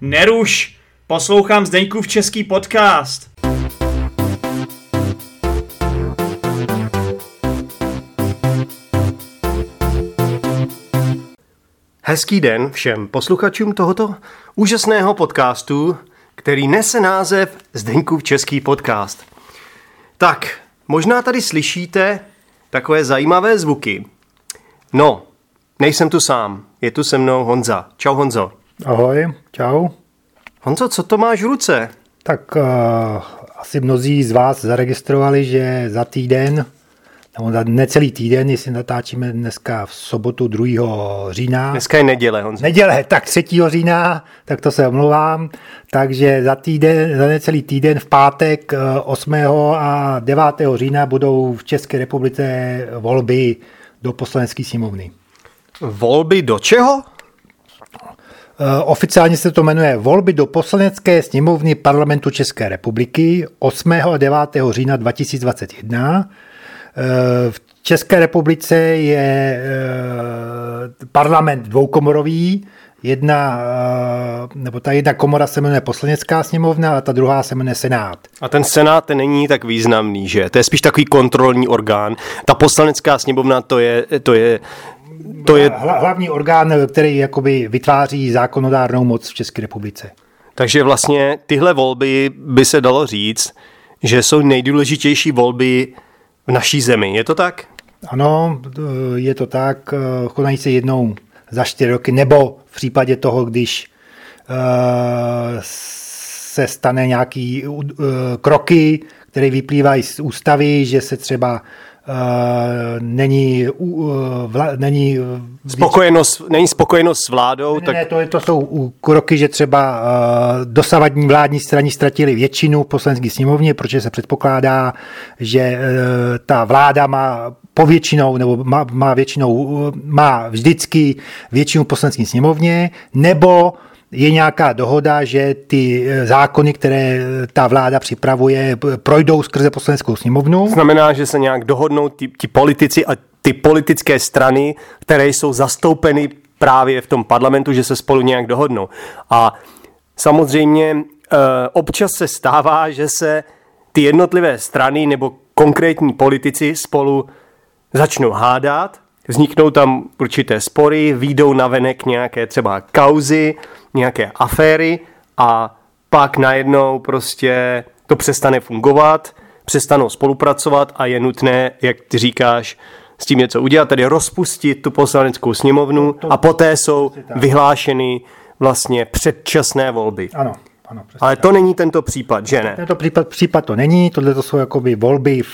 Neruš, poslouchám Zdeňkův český podcast. Hezký den všem posluchačům tohoto úžasného podcastu, který nese název Zdeňkův český podcast. Tak, možná tady slyšíte takové zajímavé zvuky. No, nejsem tu sám, je tu se mnou Honza. Čau Honzo. Ahoj, čau. Honzo, co to máš v ruce? Tak asi mnozí z vás zaregistrovali, že za týden, nebo za necelý týden, jestli natáčíme dneska v sobotu 2. října. Dneska je neděle, Honzo. Neděle, tak 3. října, tak to se omlouvám. Takže za necelý týden v pátek 8. a 9. října budou v České republice volby do Poslanecké sněmovny. Volby do čeho? Oficiálně se to jmenuje Volby do Poslanecké sněmovny Parlamentu České republiky 8. a 9. října 2021. V České republice je parlament dvoukomorový. Ta jedna komora se jmenuje Poslanecká sněmovna a ta druhá se jmenuje Senát. A ten Senát není tak významný, že? To je spíš takový kontrolní orgán. Ta Poslanecká sněmovna to je hlavní orgán, který jakoby vytváří zákonodárnou moc v České republice. Takže vlastně tyhle volby by se dalo říct, že jsou nejdůležitější volby v naší zemi. Je to tak? Ano, je to tak. Konají se jednou za 4 roky, nebo v případě toho, když se stane nějaký kroky, které vyplývají z ústavy, že se třeba není spokojenost s vládou. To jsou kroky, že třeba dosavadní vládní strany ztratily většinu v Poslanecké sněmovně, protože se předpokládá, že ta vláda má povětšinou nebo má vždycky většinu v Poslanecké sněmovně, nebo je nějaká dohoda, že ty zákony, které ta vláda připravuje, projdou skrze Poslaneckou sněmovnu. Znamená, že se nějak dohodnou ti politici a ty politické strany, které jsou zastoupeny právě v tom parlamentu, že se spolu nějak dohodnou. A samozřejmě občas se stává, že se ty jednotlivé strany nebo konkrétní politici spolu začnou hádat, vzniknou tam určité spory, vyjdou navenek nějaké třeba kauzy, nějaké aféry a pak najednou prostě to přestane fungovat, přestanou spolupracovat a je nutné, jak ty říkáš, s tím něco udělat, tedy rozpustit tu Poslaneckou sněmovnu a poté jsou vyhlášeny vlastně předčasné volby. Ano. Ale to není tento případ, že ne? Tento případ to není, tohle to jsou jakoby volby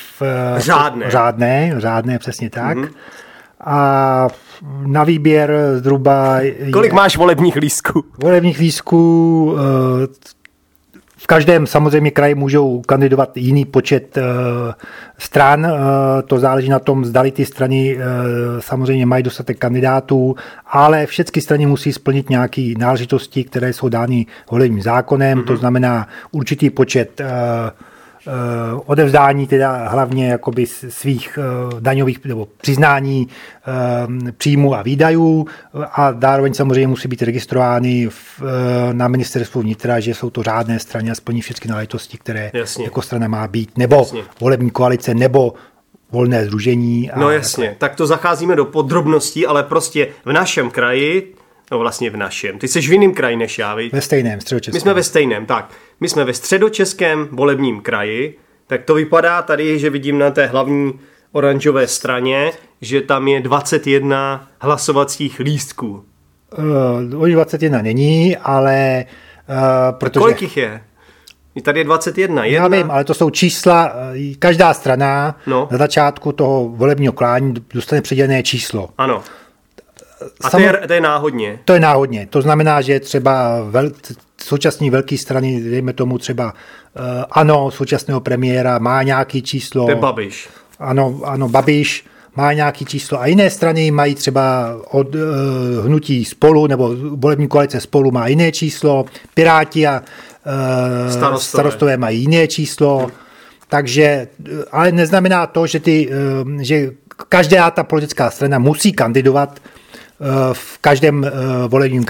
řádné, přesně tak. Mm-hmm. A na výběr zhruba... Kolik máš volebních lístků? Volebních lístků v každém samozřejmě kraji můžou kandidovat jiný počet stran. To záleží na tom, zdali ty strany samozřejmě mají dostatek kandidátů, ale všechny strany musí splnit nějaké náležitosti, které jsou dány volebním zákonem, to znamená určitý počet odevzdání teda hlavně jakoby svých daňových nebo přiznání příjmu a výdajů a zároveň samozřejmě musí být registrovány na ministerstvu vnitra, že jsou to řádné strany a splní všechny náležitosti, které jako strana má být, nebo volební koalice, nebo volné sdružení. No jasně, tak to zacházíme do podrobností, ale prostě v našem kraji, no vlastně v našem, ty jsi v jiném kraji než já, viď? Ve stejném, středočeském. My jsme ve stejném, tak. My jsme ve středočeském volebním kraji, tak to vypadá tady, že vidím na té hlavní oranžové straně, že tam je 21 hlasovacích lístků. 21 není, ale... protože... Kolik jich je? Tady je 21. Já vím, ale to jsou čísla, každá strana na začátku toho volebního klání dostane předělené číslo. Ano. A to je náhodně? To je náhodně. To znamená, že třeba současní velké strany, dejme tomu třeba ANO, současného premiéra, má nějaký číslo. To je Babiš. Ano, Babiš má nějaký číslo. A jiné strany mají třeba od hnutí Spolu, nebo volební koalice Spolu má jiné číslo. Piráti a starostové mají jiné číslo. Takže, ale neznamená to, že každá ta politická strana musí kandidovat v každém volebním kraji.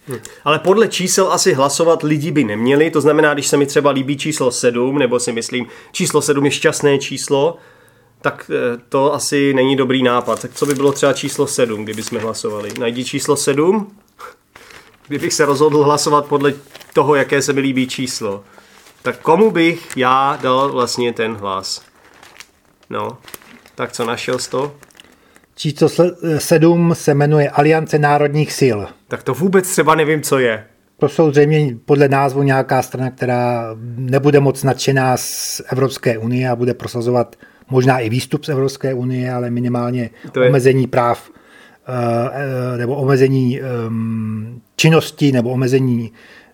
Ale podle čísel asi hlasovat lidi by neměli, to znamená, když se mi třeba líbí číslo 7, nebo si myslím, číslo 7 je šťastné číslo, tak to asi není dobrý nápad. Tak co by bylo třeba číslo 7, kdyby jsme hlasovali? Najdi číslo 7, kdybych se rozhodl hlasovat podle toho, jaké se mi líbí číslo. Tak komu bych já dal vlastně ten hlas? No, tak co našel jsi to? Číslo 7 se jmenuje Aliance národních sil. Tak to vůbec třeba nevím, co je. To jsou zřejmě podle názvu nějaká strana, která nebude moc nadšená z Evropské unie a bude prosazovat možná i výstup z Evropské unie, ale minimálně omezení práv nebo omezení činnosti nebo omezení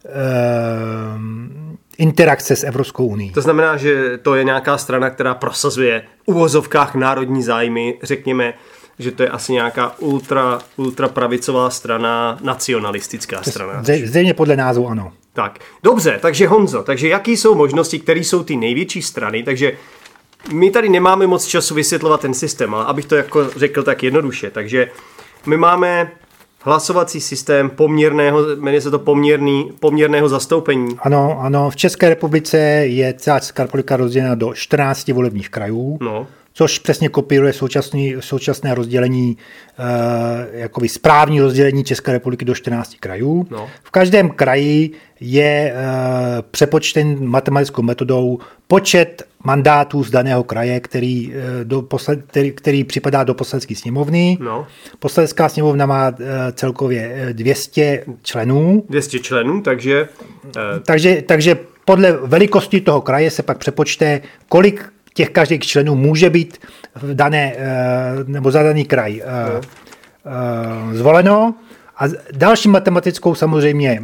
interakce s Evropskou unií. To znamená, že to je nějaká strana, která prosazuje v uvozovkách národní zájmy, řekněme, že to je asi nějaká ultra pravicová strana, nacionalistická strana. Zřejmě podle názvu ano. Tak, dobře, takže Honzo, takže jaký jsou možnosti, které jsou ty největší strany, takže my tady nemáme moc času vysvětlovat ten systém, ale abych to jako řekl tak jednoduše, takže my máme hlasovací systém poměrného, jmenuje se to poměrného zastoupení. Ano, v České republice je celá Česká republika rozdělena do 14 volebních krajů, což přesně kopíruje současné rozdělení, jakoby správní rozdělení České republiky do 14 krajů. No. V každém kraji je přepočten matematickou metodou počet mandátů z daného kraje, který připadá do poslanecké sněmovny. No. Poslanecká sněmovna má celkově 200 členů. 200 členů, takže... Takže podle velikosti toho kraje se pak přepočte, kolik těch každých členů může být v dané nebo za daný kraj zvoleno. A další matematickou samozřejmě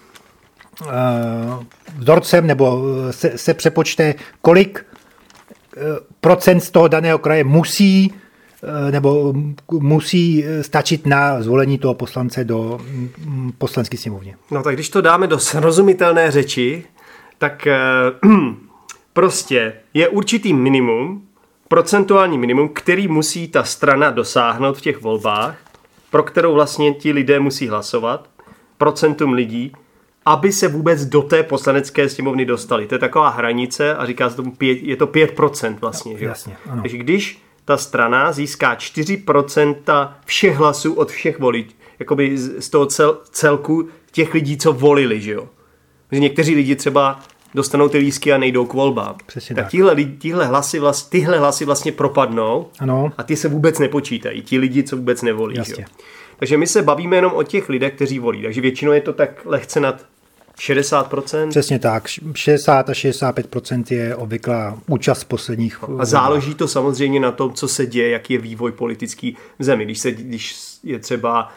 vzorcem nebo se přepočte, kolik procent z toho daného kraje musí stačit na zvolení toho poslance do poslanecké sněmovny. No tak když to dáme do srozumitelné řeči, tak prostě je určitý minimum, procentuální minimum, který musí ta strana dosáhnout v těch volbách, pro kterou vlastně ti lidé musí hlasovat, procentum lidí, aby se vůbec do té poslanecké sněmovny dostali. To je taková hranice a říká se tomu, je to 5% vlastně. Že? Jasně, ano. Takže když ta strana získá 4% všech hlasů od všech voličů, jakoby z toho celku těch lidí, co volili, že jo. Protože někteří lidi třeba dostanou ty lístky a nejdou k volbám. Přesně tak tyhle hlasy vlastně propadnou. Ano. A ty se vůbec nepočítají. Ti lidi, co vůbec nevolí. Jasně. Takže my se bavíme jenom o těch lidech, kteří volí. Takže většinou je to tak lehce nad 60%. Přesně tak. 60 až 65% je obvyklá účast posledních. A záleží to samozřejmě na tom, co se děje, jaký je vývoj politický v zemi. Když je třeba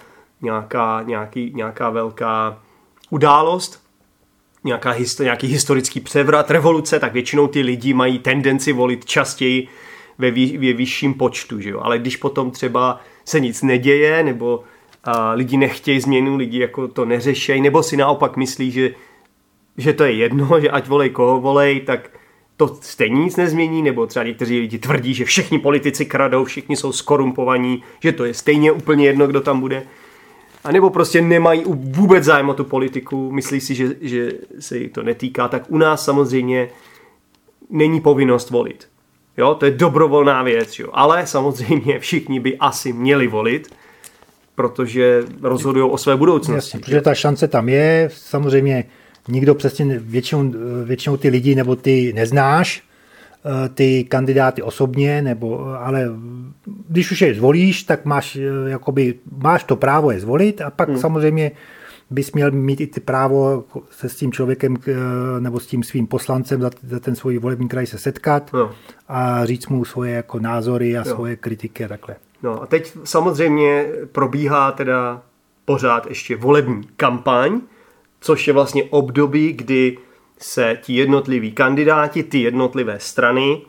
nějaká velká událost, nějaký historický převrat, revoluce, tak většinou ty lidi mají tendenci volit častěji ve vyšším počtu. Že jo? Ale když potom třeba se nic neděje, nebo lidi nechtějí změnu, lidi jako to neřešejí, nebo si naopak myslí, že to je jedno, že ať volej koho volej, tak to stejně nic nezmění, nebo třeba někteří lidi tvrdí, že všichni politici kradou, všichni jsou skorumpovaní, že to je stejně úplně jedno, kdo tam bude. A nebo prostě nemají vůbec zájem o tu politiku, myslí si, že se jí to netýká, tak u nás samozřejmě není povinnost volit. Jo, to je dobrovolná věc, jo. Ale samozřejmě všichni by asi měli volit, protože rozhodují o své budoucnosti. Jasně, protože ta šance tam je, samozřejmě nikdo přesně většinou ty lidi nebo ty neznáš, ty kandidáty osobně, ale když už je zvolíš, tak máš to právo je zvolit a pak samozřejmě bys měl mít i ty právo se s tím člověkem nebo s tím svým poslancem za ten svůj volební kraj se setkat a říct mu svoje jako názory a svoje kritiky a takhle. No a teď samozřejmě probíhá teda pořád ještě volební kampaň, což je vlastně období, kdy se ti jednotliví kandidáti, ty jednotlivé strany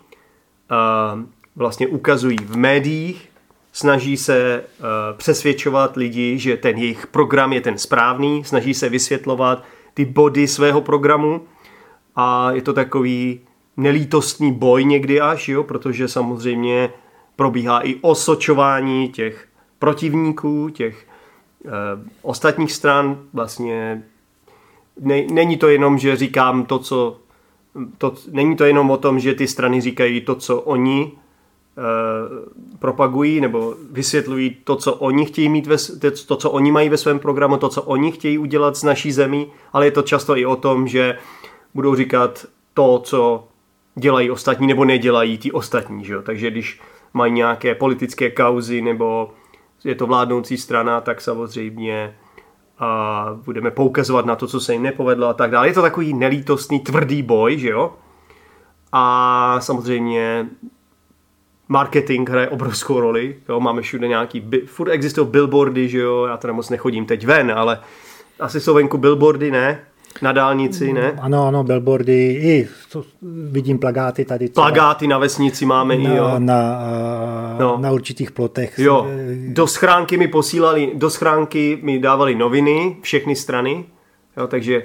vlastně ukazují v médiích, snaží se přesvědčovat lidi, že ten jejich program je ten správný, snaží se vysvětlovat ty body svého programu a je to takový nelítostný boj někdy až, jo, protože samozřejmě probíhá i osočování těch protivníků, těch ostatních stran vlastně není to jenom, že říkám není to jenom o tom, že ty strany říkají to, co oni propagují nebo vysvětlují to, co oni chtějí mít, to, co oni mají ve svém programu, to, co oni chtějí udělat s naší zemí, ale je to často i o tom, že budou říkat to, co dělají ostatní nebo nedělají ti ostatní. Že jo? Takže když mají nějaké politické kauzy nebo je to vládnoucí strana, tak samozřejmě budeme poukazovat na to, co se jim nepovedlo a tak dále. Je to takový nelítostný, tvrdý boj, že jo? A samozřejmě marketing hraje obrovskou roli. Jo? Máme všude furt existují billboardy, že jo? Já teda moc nechodím teď ven, ale asi jsou venku billboardy, ne? Na dálnici, ne? Ano, billboardy, i vidím plakáty tady. Plakáty na vesnici máme i, jo. Na určitých plotech. Jo, do schránky mi dávali noviny, všechny strany, jo, takže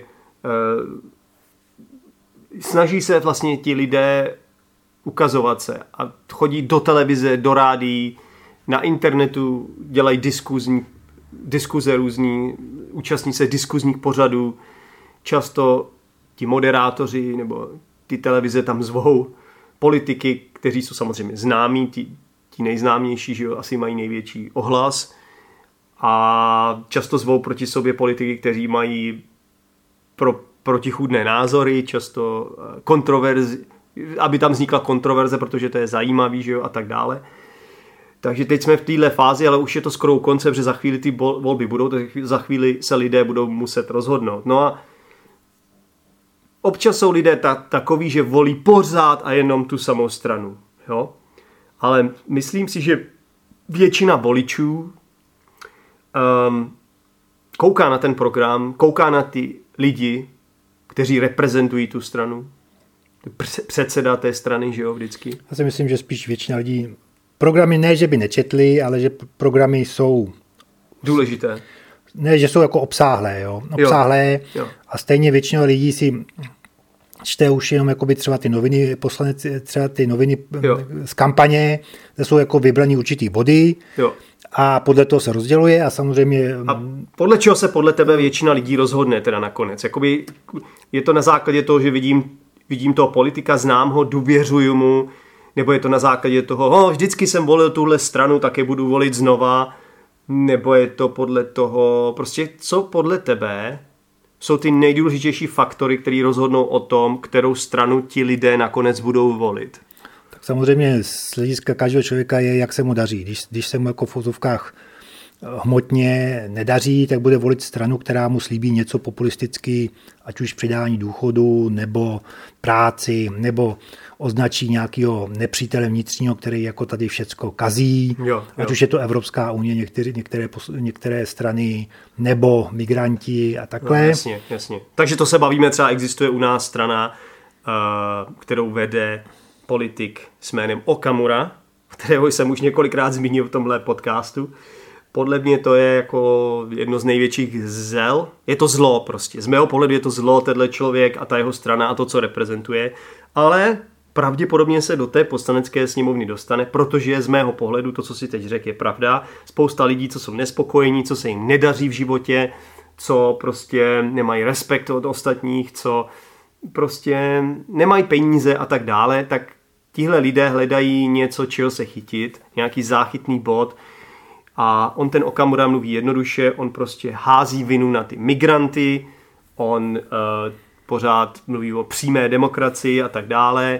snaží se vlastně ti lidé ukazovat se a chodí do televize, do rádií, na internetu dělají diskuze různý, účastní se diskuzních pořadů. Často ti moderátoři nebo ty televize tam zvou politiky, kteří jsou samozřejmě známí, ti nejznámější, že jo, asi mají největší ohlas a často zvou proti sobě politiky, kteří mají protichůdné názory, často kontroverzi, aby tam vznikla kontroverze, protože to je zajímavý, že jo, a tak dále. Takže teď jsme v téhle fázi, ale už je to skoro u konce, protože za chvíli ty volby budou, tak za chvíli se lidé budou muset rozhodnout. No a občas jsou lidé takoví, že volí pořád a jenom tu samou stranu. Jo? Ale myslím si, že většina voličů kouká na ten program, kouká na ty lidi, kteří reprezentují tu stranu. Předseda té strany, že jo, vždycky. Já si myslím, že spíš většina lidí programy ne, že by nečetli, ale že programy jsou důležité. Ne, že jsou jako obsáhlé, jo. Obsáhlé jo. A stejně většina lidí si čte už jenom jakoby třeba ty noviny, třeba ty noviny z kampaně, kde jsou jako vybraný určitý body a podle toho se rozděluje a samozřejmě... A podle čeho se podle tebe většina lidí rozhodne teda nakonec? Jakoby je to na základě toho, že vidím toho politika, znám ho, důvěřuju mu, nebo je to na základě toho, vždycky jsem volil tuhle stranu, tak je budu volit znova, nebo je to podle toho, prostě co podle tebe jsou ty nejdůležitější faktory, které rozhodnou o tom, kterou stranu ti lidé nakonec budou volit? Tak samozřejmě z hlediska každého člověka je, jak se mu daří. Když se mu jako v fotovkách hmotně nedaří, tak bude volit stranu, která mu slíbí něco populisticky, ať už přidání důchodu, nebo práci, označí nějakého nepřítele vnitřního, který jako tady všecko kazí, ať už je to Evropská unie, některé strany, nebo migranti a takhle. Jasně. Takže to se bavíme, třeba existuje u nás strana, kterou vede politik s jménem Okamura, kterého jsem už několikrát zmínil v tomhle podcastu. Podle mě to je jako jedno z největších zel. Je to zlo prostě. Z mého pohledu je to zlo, tenhle člověk a ta jeho strana a to, co reprezentuje. Ale pravděpodobně se do té poslanecké sněmovny dostane, protože z mého pohledu to, co si teď řekl, je pravda. Spousta lidí, co jsou nespokojení, co se jim nedaří v životě, co prostě nemají respekt od ostatních, co prostě nemají peníze a tak dále, tak tihle lidé hledají něco, čeho se chytit, nějaký záchytný bod. A on ten Okamura mluví jednoduše, on prostě hází vinu na ty migranty, on pořád mluví o přímé demokracii a tak dále.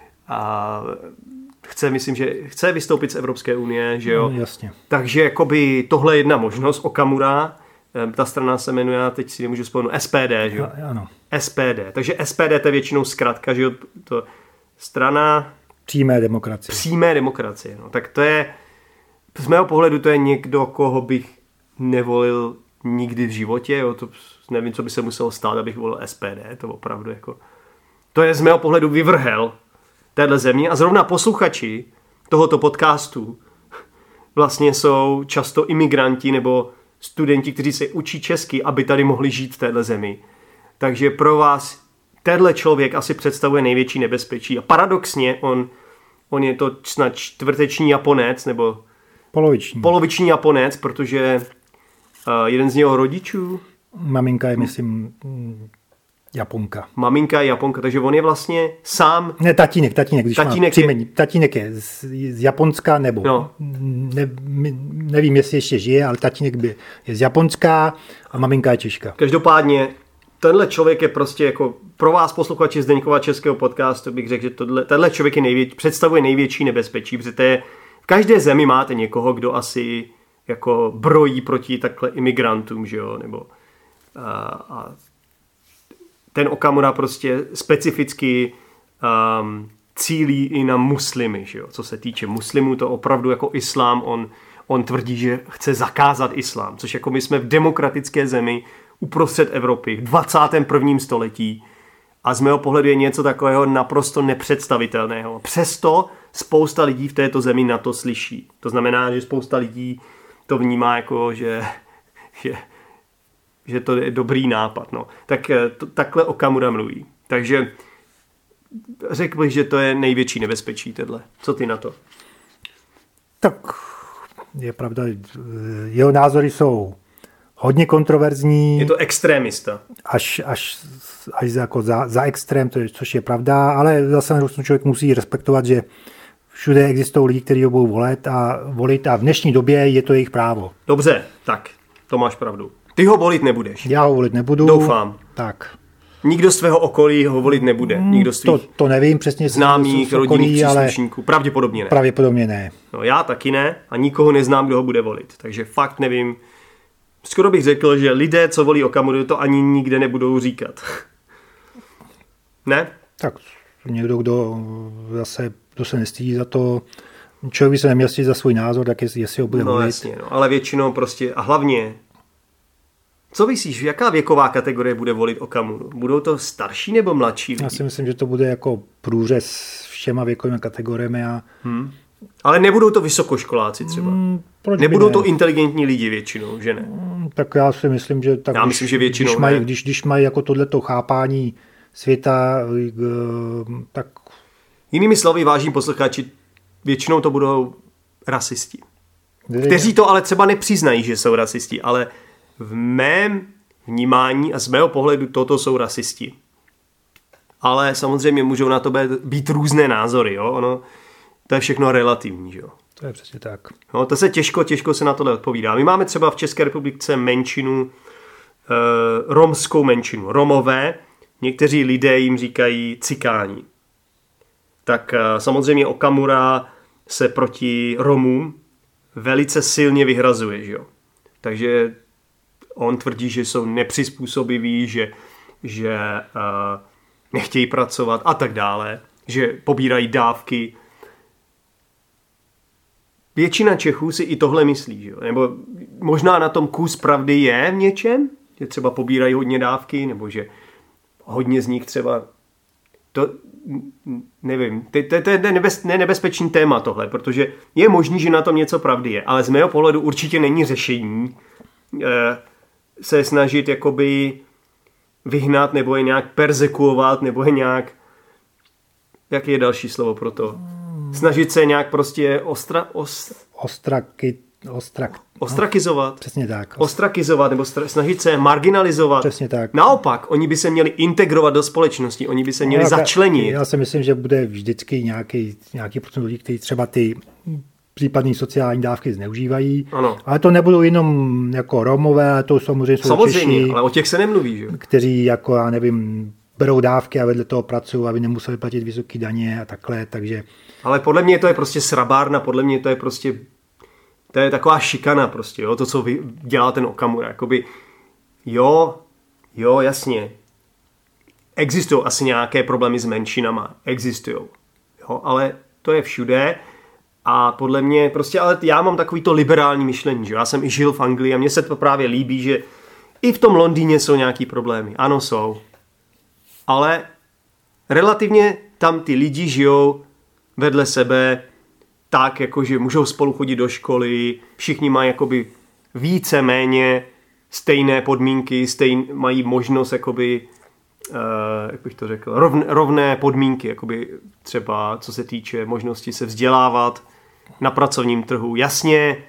A myslím, že chce vystoupit z Evropské unie, že jo? No, jasně. Takže jakoby tohle je jedna možnost, Okamura, ta strana se jmenuje, teď si nemůžu vzpomenout, SPD, že jo? Ano. SPD, takže SPD to je většinou zkratka, že jo? To strana... Přímé demokracie. Přímé demokracie, no. Tak to je... Z mého pohledu to je někdo, koho bych nevolil nikdy v životě. Jo? To nevím, co by se muselo stát, abych volil SPD. To opravdu jako... To je z mého pohledu vyvrhel téhle země. A zrovna posluchači tohoto podcastu vlastně jsou často imigranti nebo studenti, kteří se učí česky, aby tady mohli žít v téhle zemi. Takže pro vás tenhle člověk asi představuje největší nebezpečí. A paradoxně on je to snad čtvrteční Japonec nebo poloviční Japonec, protože jeden z jeho rodičů? Maminka je, myslím, Japonka. Maminka je Japonka, takže on je vlastně sám... Ne, tatínek, když tatínek má příjmení. Tatínek je z Japonska, nebo no. Nevím, jestli ještě žije, ale tatínek je z Japonska a maminka je Češka. Každopádně tenhle člověk je prostě jako pro vás posluchači Zdeňkova českého podcastu bych řekl, že tenhle člověk je představuje největší nebezpečí, protože v každé zemi máte někoho, kdo asi jako brojí proti takhle imigrantům, že jo, nebo a ten Okamura prostě specificky cílí i na muslimy, že jo? Co se týče muslimů, to opravdu jako islám, on tvrdí, že chce zakázat islám, což jako my jsme v demokratické zemi uprostřed Evropy v 21. století a z mého pohledu je něco takového naprosto nepředstavitelného. Přesto spousta lidí v této zemi na to slyší. To znamená, že spousta lidí to vnímá jako, že to je dobrý nápad. No. Tak takhle Okamura mluví. Takže řekl bych, že to je největší nebezpečí tohle. Co ty na to? Tak je pravda, jeho názory jsou hodně kontroverzní. Je to extrémista. Až jako za extrém, což je pravda, ale zase na druhou člověk musí respektovat, že všude existují lidi, kteří ho budou volit a v dnešní době je to jejich právo. Dobře, tak to máš pravdu. Ty ho volit nebudeš. Já ho volit nebudu. Doufám. Tak. Nikdo z tvého okolí ho volit nebude. Nikdo z tvých to nevím přesně. Známých, rodinných příslušníků. Pravděpodobně ne. Pravděpodobně ne. No já taky ne a nikoho neznám, kdo ho bude volit. Takže fakt nevím. Skoro bych řekl, že lidé, co volí Okamuru, to ani nikde nebudou říkat. Ne? Tak někdo, kdo se nestydí za to, člověk by se neměl stydit za svůj názor, tak jestli ho bude volit. No jasně, no, ale většinou prostě, a hlavně, co myslíš, jaká věková kategorie bude volit Okamuru? Budou to starší nebo mladší lidi? Já si myslím, že to bude jako průřez všema věkovými kategoriemi. Ale nebudou to vysokoškoláci třeba? Nebudou to inteligentní lidi většinou, že ne? Tak já si myslím, že tak, myslím, že většinou když mají jako tohleto chápání světa, tak... Jinými slovy, vážní posluchači, většinou to budou rasisti. Kteří to ale třeba nepřiznají, že jsou rasisti, ale v mém vnímání a z mého pohledu toto jsou rasisti. Ale samozřejmě můžou na to být různé názory, jo? Ono, to je všechno relativní, jo? To je přesně tak. No, to se těžko se na tohle odpovídá. My máme třeba v České republice menšinu, romskou menšinu, Romové, někteří lidé jim říkají cikáni. Tak samozřejmě Okamura se proti Romům velice silně vyhrazuje, že jo? Takže on tvrdí, že jsou nepřizpůsobiví, že nechtějí pracovat a tak dále, že pobírají dávky. Většina Čechů si i tohle myslí, že jo? Nebo možná na tom kus pravdy je v něčem, že třeba pobírají hodně dávky, nebo že hodně z nich třeba to nevím, to je nebezpečný téma tohle, protože je možný, že na tom něco pravdy je, ale z mého pohledu určitě není řešení se snažit jakoby vyhnat, nebo je nějak perzekuovat, nebo je nějak, jaké je další slovo pro to? Snažit se nějak prostě ostrakizovat. Přesně tak. Ostrakizovat nebo snažit se marginalizovat. Přesně tak. Naopak, oni by se měli integrovat do společnosti, oni by se měli začlenit. Já si myslím, že bude vždycky nějaký procent lidí, kteří třeba ty případné sociální dávky zneužívají. Ano. Ale to nebudou jenom jako Romové, ale to samozřejmě jsou Češi, ale o těch se nemluví, že? Kteří jako, já nevím, berou dávky a vedle toho pracují, aby nemuseli platit vysoké daně a takhle, takže... Ale podle mě to je prostě srabárna, podle mě to je prostě... To je taková šikana prostě, jo, to, co dělá ten Okamura. Jakoby, jo, jasně. Existují asi nějaké problémy s menšinama. Existují. Jo, ale to je všude. A podle mě prostě, ale já mám takovýto liberální myšlení, že já jsem i žil v Anglii a mně se to právě líbí, že i v tom Londýně jsou nějaký problémy. Ano, jsou. Ale relativně tam ty lidi žijou vedle sebe tak, jakože můžou spolu chodit do školy, všichni mají jakoby více-méně stejné podmínky, mají možnost jakoby, jak bych to řekl, rovné podmínky, jakoby třeba co se týče možnosti se vzdělávat na pracovním trhu. Jasně,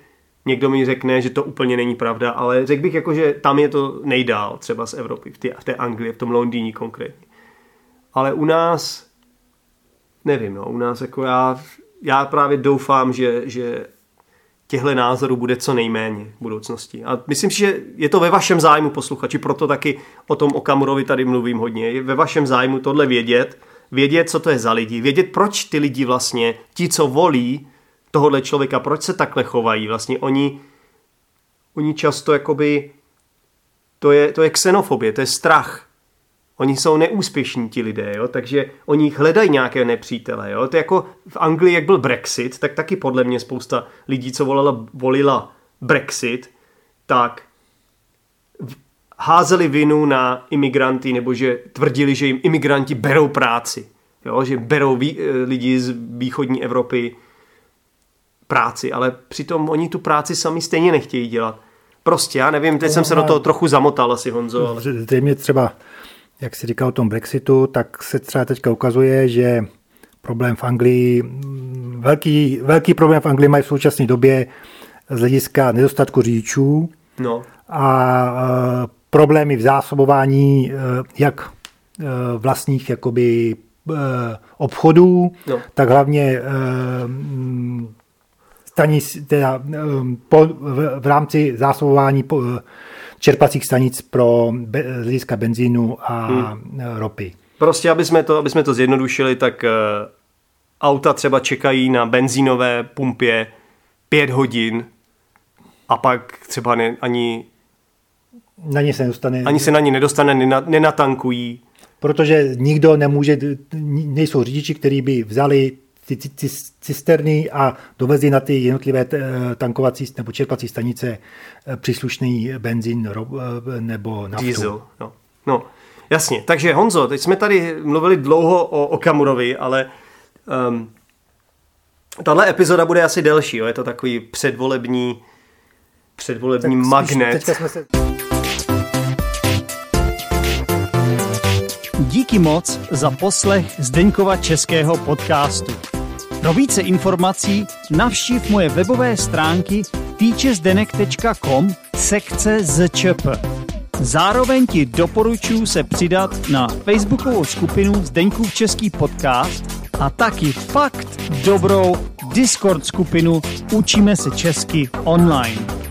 Někdo mi řekne, že to úplně není pravda, ale řekl bych, jako, že tam je to nejdál, třeba z Evropy, v té Anglii, v tom Londýně konkrétně. Ale u nás, nevím, u nás jako já právě doufám, že těchto názorů bude co nejméně v budoucnosti. A myslím si, že je to ve vašem zájmu, posluchači, proto taky o tom Okamurovi tady mluvím hodně. Je ve vašem zájmu tohle vědět, co to je za lidi, vědět, proč ty lidi vlastně, ti, co volí tohohle člověka, proč se takhle chovají. Vlastně oni často jakoby, to je xenofobie, to je strach. Oni jsou neúspěšní ti lidé, jo? Takže oni hledají nějaké nepřítele. Jo? To je jako v Anglii, jak byl Brexit, tak taky podle mě spousta lidí, co volila Brexit, tak házeli vinu na imigranty, nebo že tvrdili, že jim imigranti berou práci. Jo? Že berou lidi z východní Evropy práci, ale přitom oni tu práci sami stejně nechtějí dělat. Prostě, já nevím, teď jsem se do toho trochu zamotal asi, Honzo. Ale... Zřejmě třeba, jak jsi říkal o tom Brexitu, tak se třeba teďka ukazuje, že problém v Anglii, velký problém v Anglii mají v současné době z hlediska nedostatku řidičů a problémy v zásobování jak vlastních jakoby obchodů, tak hlavně v rámci zásobování čerpacích stanic pro hlediska benzínu a ropy. Prostě, aby jsme to zjednodušili, tak auta třeba čekají na benzínové pumpě 5 hodin a pak třeba ani se na ně nedostane, nenatankují. Protože nikdo nemůže, nejsou řidiči, kteří by vzali ty cisterny a dovezli na ty jednotlivé tankovací nebo čerpací stanice příslušný benzín nebo naftu. Diesel, no. Jasně, takže Honzo, teď jsme tady mluvili dlouho o Okamurovi, ale tahle epizoda bude asi delší, jo? Je to takový předvolební magnet. Díky moc za poslech Zdeňkova českého podcastu. Pro více informací navštiv moje webové stránky teachersdenek.com sekce ZČP. Zároveň ti doporučuji se přidat na facebookovou skupinu Zdeňkův český podcast a taky fakt dobrou Discord skupinu Učíme se česky online.